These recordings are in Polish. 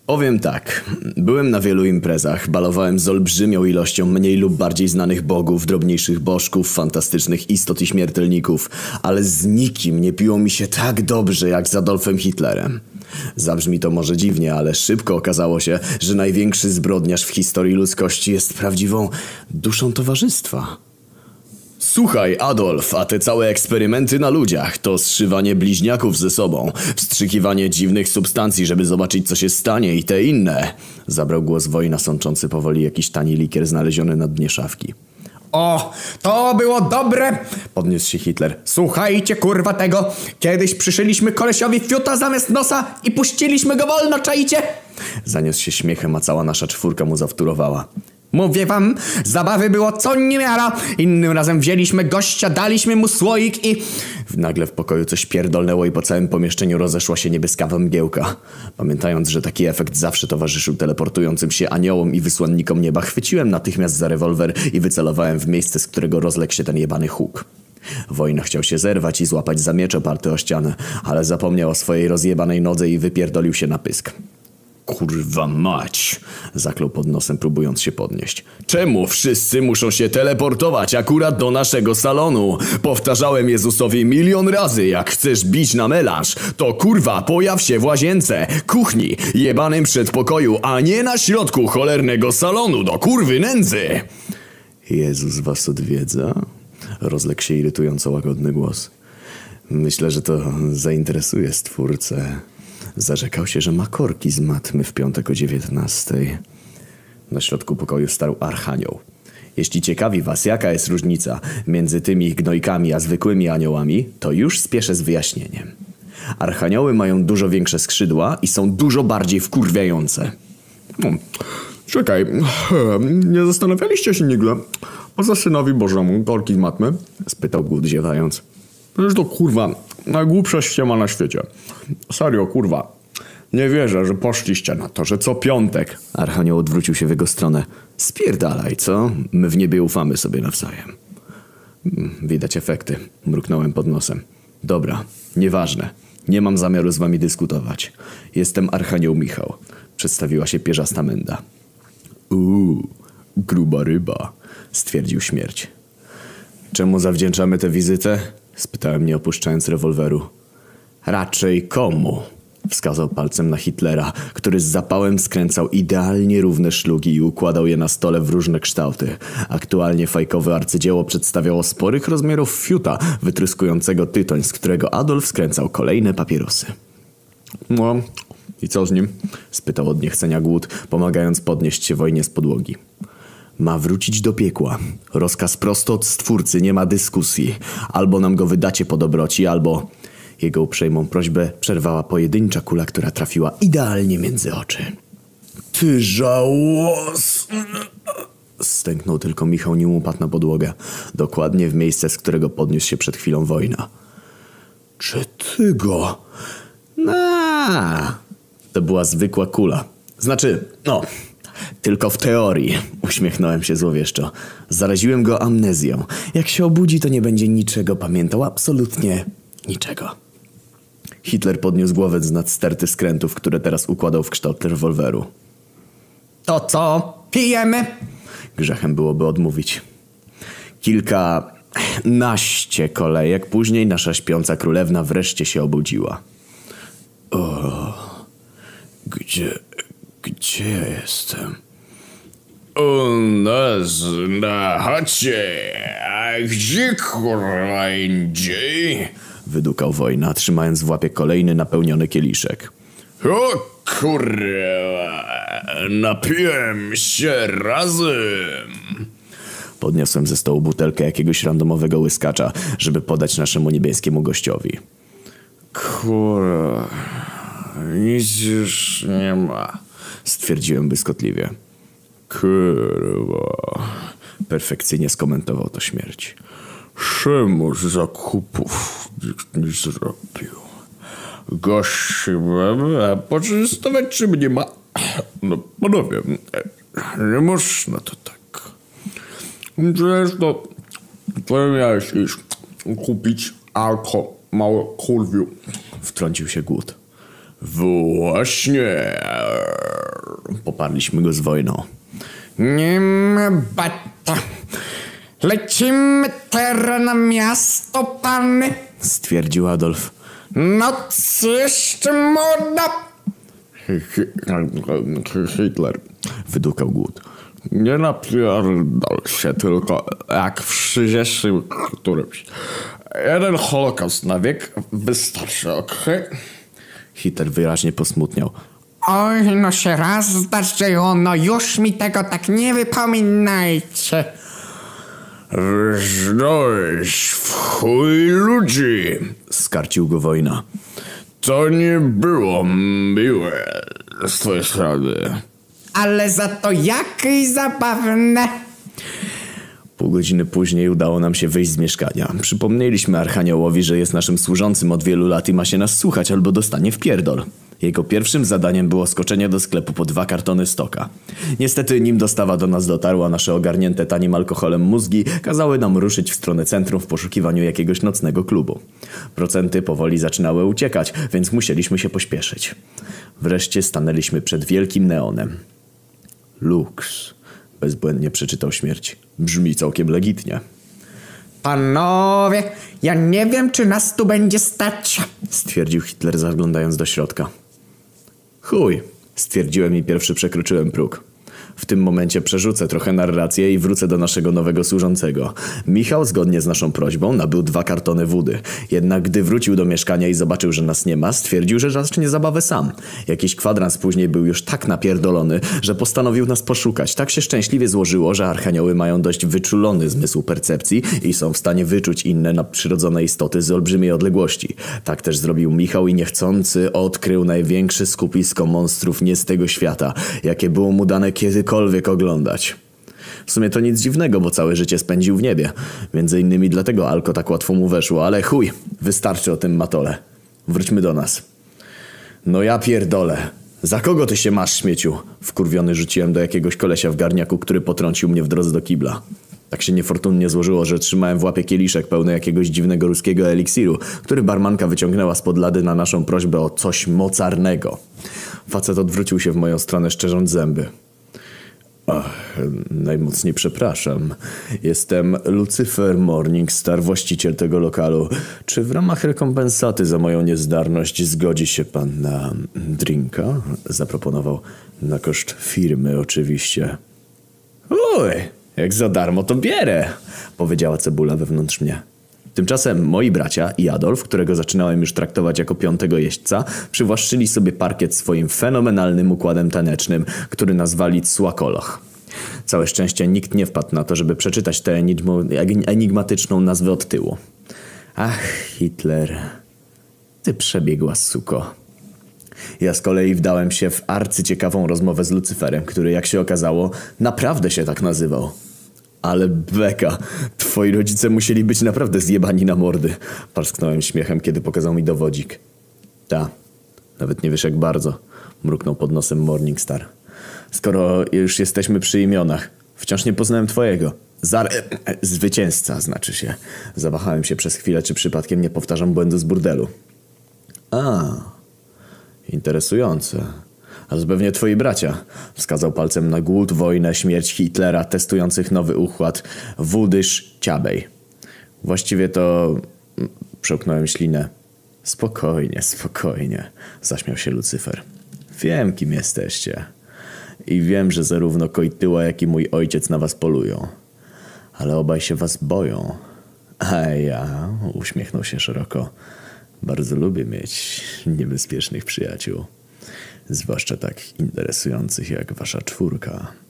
Powiem tak, byłem na wielu imprezach, balowałem z olbrzymią ilością mniej lub bardziej znanych bogów, drobniejszych bożków, fantastycznych istot i śmiertelników, ale z nikim nie piło mi się tak dobrze jak z Adolfem Hitlerem. Zabrzmi to może dziwnie, ale szybko okazało się, że największy zbrodniarz w historii ludzkości jest prawdziwą duszą towarzystwa. Słuchaj, Adolf, a te całe eksperymenty na ludziach to zszywanie bliźniaków ze sobą, wstrzykiwanie dziwnych substancji, żeby zobaczyć, co się stanie i te inne. Zabrał głos Wojna, sączący powoli jakiś tani likier znaleziony na dnie szafki. O, to było dobre! Podniósł się Hitler. Słuchajcie, kurwa, tego. Kiedyś przyszyliśmy kolesiowi fiuta zamiast nosa i puściliśmy go wolno, czaicie? Zaniósł się śmiechem, a cała nasza czwórka mu zawtórowała. Mówię wam, zabawy było co niemiara. Innym razem wzięliśmy gościa, daliśmy mu słoik i... Nagle w pokoju coś pierdolnęło i po całym pomieszczeniu rozeszła się niebieskawa mgiełka. Pamiętając, że taki efekt zawsze towarzyszył teleportującym się aniołom i wysłannikom nieba, chwyciłem natychmiast za rewolwer i wycelowałem w miejsce, z którego rozległ się ten jebany huk. Wojna chciał się zerwać i złapać za miecz oparty o ścianę, ale zapomniał o swojej rozjebanej nodze i wypierdolił się na pysk. Kurwa mać! Zaklął pod nosem, próbując się podnieść. Czemu wszyscy muszą się teleportować akurat do naszego salonu? Powtarzałem Jezusowi 1 000 000 razy, jak chcesz bić na melanż, to kurwa pojaw się w łazience, kuchni, jebanym przedpokoju, a nie na środku cholernego salonu do kurwy nędzy! Jezus was odwiedza? Rozległ się irytująco łagodny głos. Myślę, że to zainteresuje stwórcę. Zarzekał się, że ma korki z matmy w piątek o 19:00. Na środku pokoju stał Archanioł. Jeśli ciekawi was, jaka jest różnica między tymi gnojkami a zwykłymi aniołami, to już spieszę z wyjaśnieniem. Archanioły mają dużo większe skrzydła i są dużo bardziej wkurwiające. Czekaj, nie zastanawialiście się nigdy, po co synowi Bożemu korki z matmy? Spytał Głód, ziewając. Przecież to kurwa najgłupsza ściema na świecie. Serio, kurwa. Nie wierzę, że poszliście na to, że co piątek. Archanioł odwrócił się w jego stronę. Spierdalaj, co? My w niebie ufamy sobie nawzajem. Widać efekty. Mruknąłem pod nosem. Dobra, nieważne. Nie mam zamiaru z wami dyskutować. Jestem Archanioł Michał. Przedstawiła się pierzasta menda. Gruba ryba, stwierdził Śmierć. Czemu zawdzięczamy tę wizytę? Spytałem, nie opuszczając rewolweru. Raczej komu? Wskazał palcem na Hitlera, który z zapałem skręcał idealnie równe szlugi i układał je na stole w różne kształty. Aktualnie fajkowe arcydzieło przedstawiało sporych rozmiarów fiuta, wytryskującego tytoń, z którego Adolf skręcał kolejne papierosy. No, i co z nim? Spytał od niechcenia Głód, pomagając podnieść się Wojnie z podłogi. Ma wrócić do piekła. Rozkaz prosto od Stwórcy, nie ma dyskusji. Albo nam go wydacie po dobroci, albo... Jego uprzejmą prośbę przerwała pojedyncza kula, która trafiła idealnie między oczy. Ty żałos! Stęknął tylko Michał, nim upadł na podłogę. Dokładnie w miejsce, z którego podniósł się przed chwilą Wojna. Czy ty go... To była zwykła kula. Znaczy, tylko w teorii. Uśmiechnąłem się złowieszczo. Zaraziłem go amnezją. Jak się obudzi, to nie będzie niczego pamiętał. Absolutnie niczego. Hitler podniósł głowę z nad sterty skrętów, które teraz układał w kształt rewolweru. To co? Pijemy? Grzechem byłoby odmówić. Kilkanaście kolejek później nasza śpiąca królewna wreszcie się obudziła. Gdzie ja jestem? U nas na chacie. A gdzie kurwa indziej? Wydukał Wojna, trzymając w łapie kolejny napełniony kieliszek. O kurwa, napiłem się razem. Podniosłem ze stołu butelkę jakiegoś randomowego łyskacza, żeby podać naszemu niebieskiemu gościowi. Kurwa, nic już nie ma, stwierdziłem błyskotliwie. Kurwa, perfekcyjnie skomentował to Śmierć. Czemu zakupów nikt nie zrobił? Gości mamy, a poczęstować czy mnie ma? No panowie, nie można to tak. Zresztą miałeś iść kupić alko, małe kurwiu. Wtrącił się Głód. Właśnie. Poparliśmy go z wojną. Nie ma bata. Lecimy teraz na miasto, pany, stwierdził Adolf. Noc jeszcze młoda. Hitler, wydukał Głód. Nie napierdol się, tylko jak w 30 którymś. Jeden holokaust na wiek wystarczy, okej? Hitler wyraźnie posmutniał. Oj, no się raz zdarzyło, no już mi tego tak nie wypominajcie. Znałeś w chuj ludzi, skarcił go Wojna. To nie było miłe z twojej strony. Ale za to jakieś zabawne. Pół godziny później udało nam się wyjść z mieszkania. Przypomnieliśmy Archaniołowi, że jest naszym służącym od wielu lat i ma się nas słuchać albo dostanie w pierdol. Jego pierwszym zadaniem było skoczenie do sklepu po 2 kartony stoka. Niestety, nim dostawa do nas dotarła, nasze ogarnięte tanim alkoholem mózgi kazały nam ruszyć w stronę centrum w poszukiwaniu jakiegoś nocnego klubu. Procenty powoli zaczynały uciekać, więc musieliśmy się pośpieszyć. Wreszcie stanęliśmy przed wielkim neonem. Lux, bezbłędnie przeczytał śmierć. Brzmi całkiem legitnie. Panowie, ja nie wiem, czy nas tu będzie stać, stwierdził Hitler, zaglądając do środka. Chuj, stwierdziłem i pierwszy przekroczyłem próg. W tym momencie przerzucę trochę narrację i wrócę do naszego nowego służącego. Michał, zgodnie z naszą prośbą, nabył 2 kartony wody. Jednak gdy wrócił do mieszkania i zobaczył, że nas nie ma, stwierdził, że zacznie zabawę sam. Jakiś kwadrans później był już tak napierdolony, że postanowił nas poszukać. Tak się szczęśliwie złożyło, że archanioły mają dość wyczulony zmysł percepcji i są w stanie wyczuć inne nadprzyrodzone istoty z olbrzymiej odległości. Tak też zrobił Michał i niechcący odkrył największe skupisko monstrów nie z tego świata, jakie było mu dane kiedykolwiek oglądać. W sumie to nic dziwnego, bo całe życie spędził w niebie. Między innymi dlatego Alko tak łatwo mu weszło, ale chuj, wystarczy o tym matole. Wróćmy do nas. No ja pierdolę. Za kogo ty się masz, śmieciu? Wkurwiony rzuciłem do jakiegoś kolesia w garniaku, który potrącił mnie w drodze do kibla. Tak się niefortunnie złożyło, że trzymałem w łapie kieliszek pełny jakiegoś dziwnego ruskiego eliksiru, który barmanka wyciągnęła spod lady na naszą prośbę o coś mocarnego. Facet odwrócił się w moją stronę, szczerząc zęby. Ach, najmocniej przepraszam. Jestem Lucyfer Morningstar, właściciel tego lokalu. Czy w ramach rekompensaty za moją niezdarność zgodzi się pan na drinka? Zaproponował. Na koszt firmy oczywiście. Uj, jak za darmo to bierę, powiedziała cebula wewnątrz mnie. Tymczasem moi bracia i Adolf, którego zaczynałem już traktować jako 5. jeźdźca, przywłaszczyli sobie parkiet swoim fenomenalnym układem tanecznym, który nazwali Cłakoloch. Całe szczęście nikt nie wpadł na to, żeby przeczytać tę enigmatyczną nazwę od tyłu. Ach, Hitler, ty przebiegła suko. Ja z kolei wdałem się w arcyciekawą rozmowę z Lucyferem, który, jak się okazało, naprawdę się tak nazywał. Ale beka, twoi rodzice musieli być naprawdę zjebani na mordy. Parsknąłem śmiechem, kiedy pokazał mi dowodzik. Ta, nawet nie wiesz jak bardzo, mruknął pod nosem Morningstar. Skoro już jesteśmy przy imionach, wciąż nie poznałem twojego. Zwycięzca, znaczy się. Zawahałem się przez chwilę, czy przypadkiem nie powtarzam błędu z burdelu. A, interesujące. A to pewnie twoi bracia. Wskazał palcem na głód, wojnę, śmierć Hitlera, testujących nowy układ Wudysz Ciabej. Właściwie to... Przełknąłem ślinę. Spokojnie, spokojnie, zaśmiał się Lucyfer. Wiem, kim jesteście. I wiem, że zarówno Kojtyła, jak i mój ojciec na was polują. Ale obaj się was boją. A ja, uśmiechnął się szeroko, bardzo lubię mieć niebezpiecznych przyjaciół. Zwłaszcza tak interesujących jak wasza 4.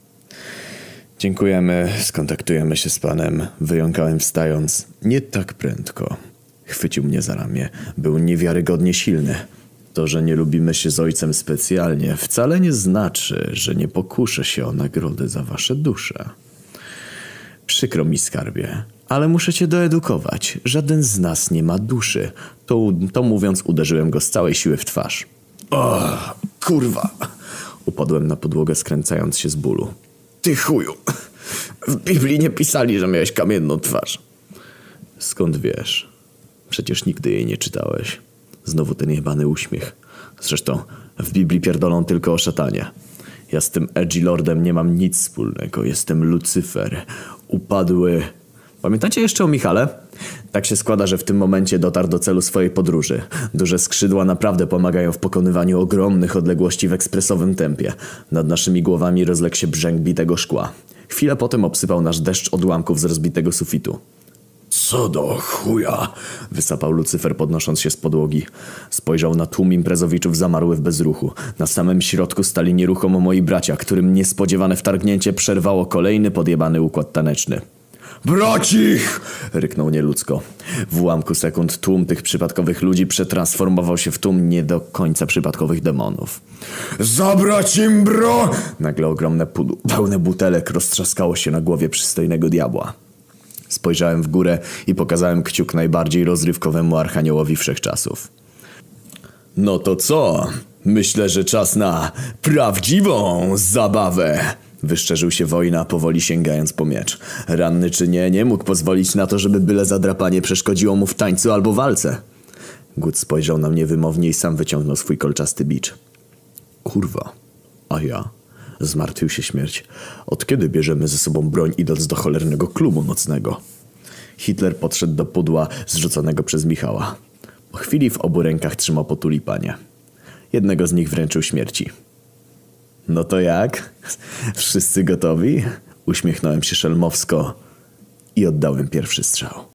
Dziękujemy, skontaktujemy się z panem, wyjąkałem wstając. Nie tak prędko. Chwycił mnie za ramię. Był niewiarygodnie silny. To, że nie lubimy się z ojcem specjalnie, wcale nie znaczy, że nie pokuszę się o nagrodę za wasze dusze. Przykro mi, skarbie, ale muszę cię doedukować. Żaden z nas nie ma duszy. To mówiąc, uderzyłem go z całej siły w twarz. O, kurwa! Upadłem na podłogę, skręcając się z bólu. Ty chuju! W Biblii nie pisali, że miałeś kamienną twarz. Skąd wiesz? Przecież nigdy jej nie czytałeś. Znowu ten jebany uśmiech. Zresztą w Biblii pierdolą tylko o szatanie. Ja z tym Edgy Lordem nie mam nic wspólnego. Jestem Lucyfer. Upadły... Pamiętacie jeszcze o Michale? Tak się składa, że w tym momencie dotarł do celu swojej podróży. Duże skrzydła naprawdę pomagają w pokonywaniu ogromnych odległości w ekspresowym tempie. Nad naszymi głowami rozległ się brzęk bitego szkła. Chwilę potem obsypał nasz deszcz odłamków z rozbitego sufitu. Co do chuja? Wysapał Lucyfer, podnosząc się z podłogi. Spojrzał na tłum imprezowiczów zamarły w bezruchu. Na samym środku stali nieruchomo moi bracia, którym niespodziewane wtargnięcie przerwało kolejny podjebany układ taneczny. Bracich! Ryknął nieludzko. W ułamku sekund tłum tych przypadkowych ludzi przetransformował się w tłum nie do końca przypadkowych demonów. Zabrać im bro! Nagle ogromne pudło pełne butelek roztrzaskało się na głowie przystojnego diabła. Spojrzałem w górę i pokazałem kciuk najbardziej rozrywkowemu archaniołowi wszechczasów. No to co? Myślę, że czas na prawdziwą zabawę. Wyszczerzył się wojna, powoli sięgając po miecz. Ranny czy nie, nie mógł pozwolić na to, żeby byle zadrapanie przeszkodziło mu w tańcu albo walce. Gut spojrzał na mnie wymownie i sam wyciągnął swój kolczasty bicz. Kurwa. A ja? Zmartwił się śmierć. Od kiedy bierzemy ze sobą broń, idąc do cholernego klubu nocnego? Hitler podszedł do pudła zrzuconego przez Michała. Po chwili w obu rękach trzymał po tulipanie. Jednego z nich wręczył śmierci. No to jak? Wszyscy gotowi? Uśmiechnąłem się szelmowsko i oddałem pierwszy strzał.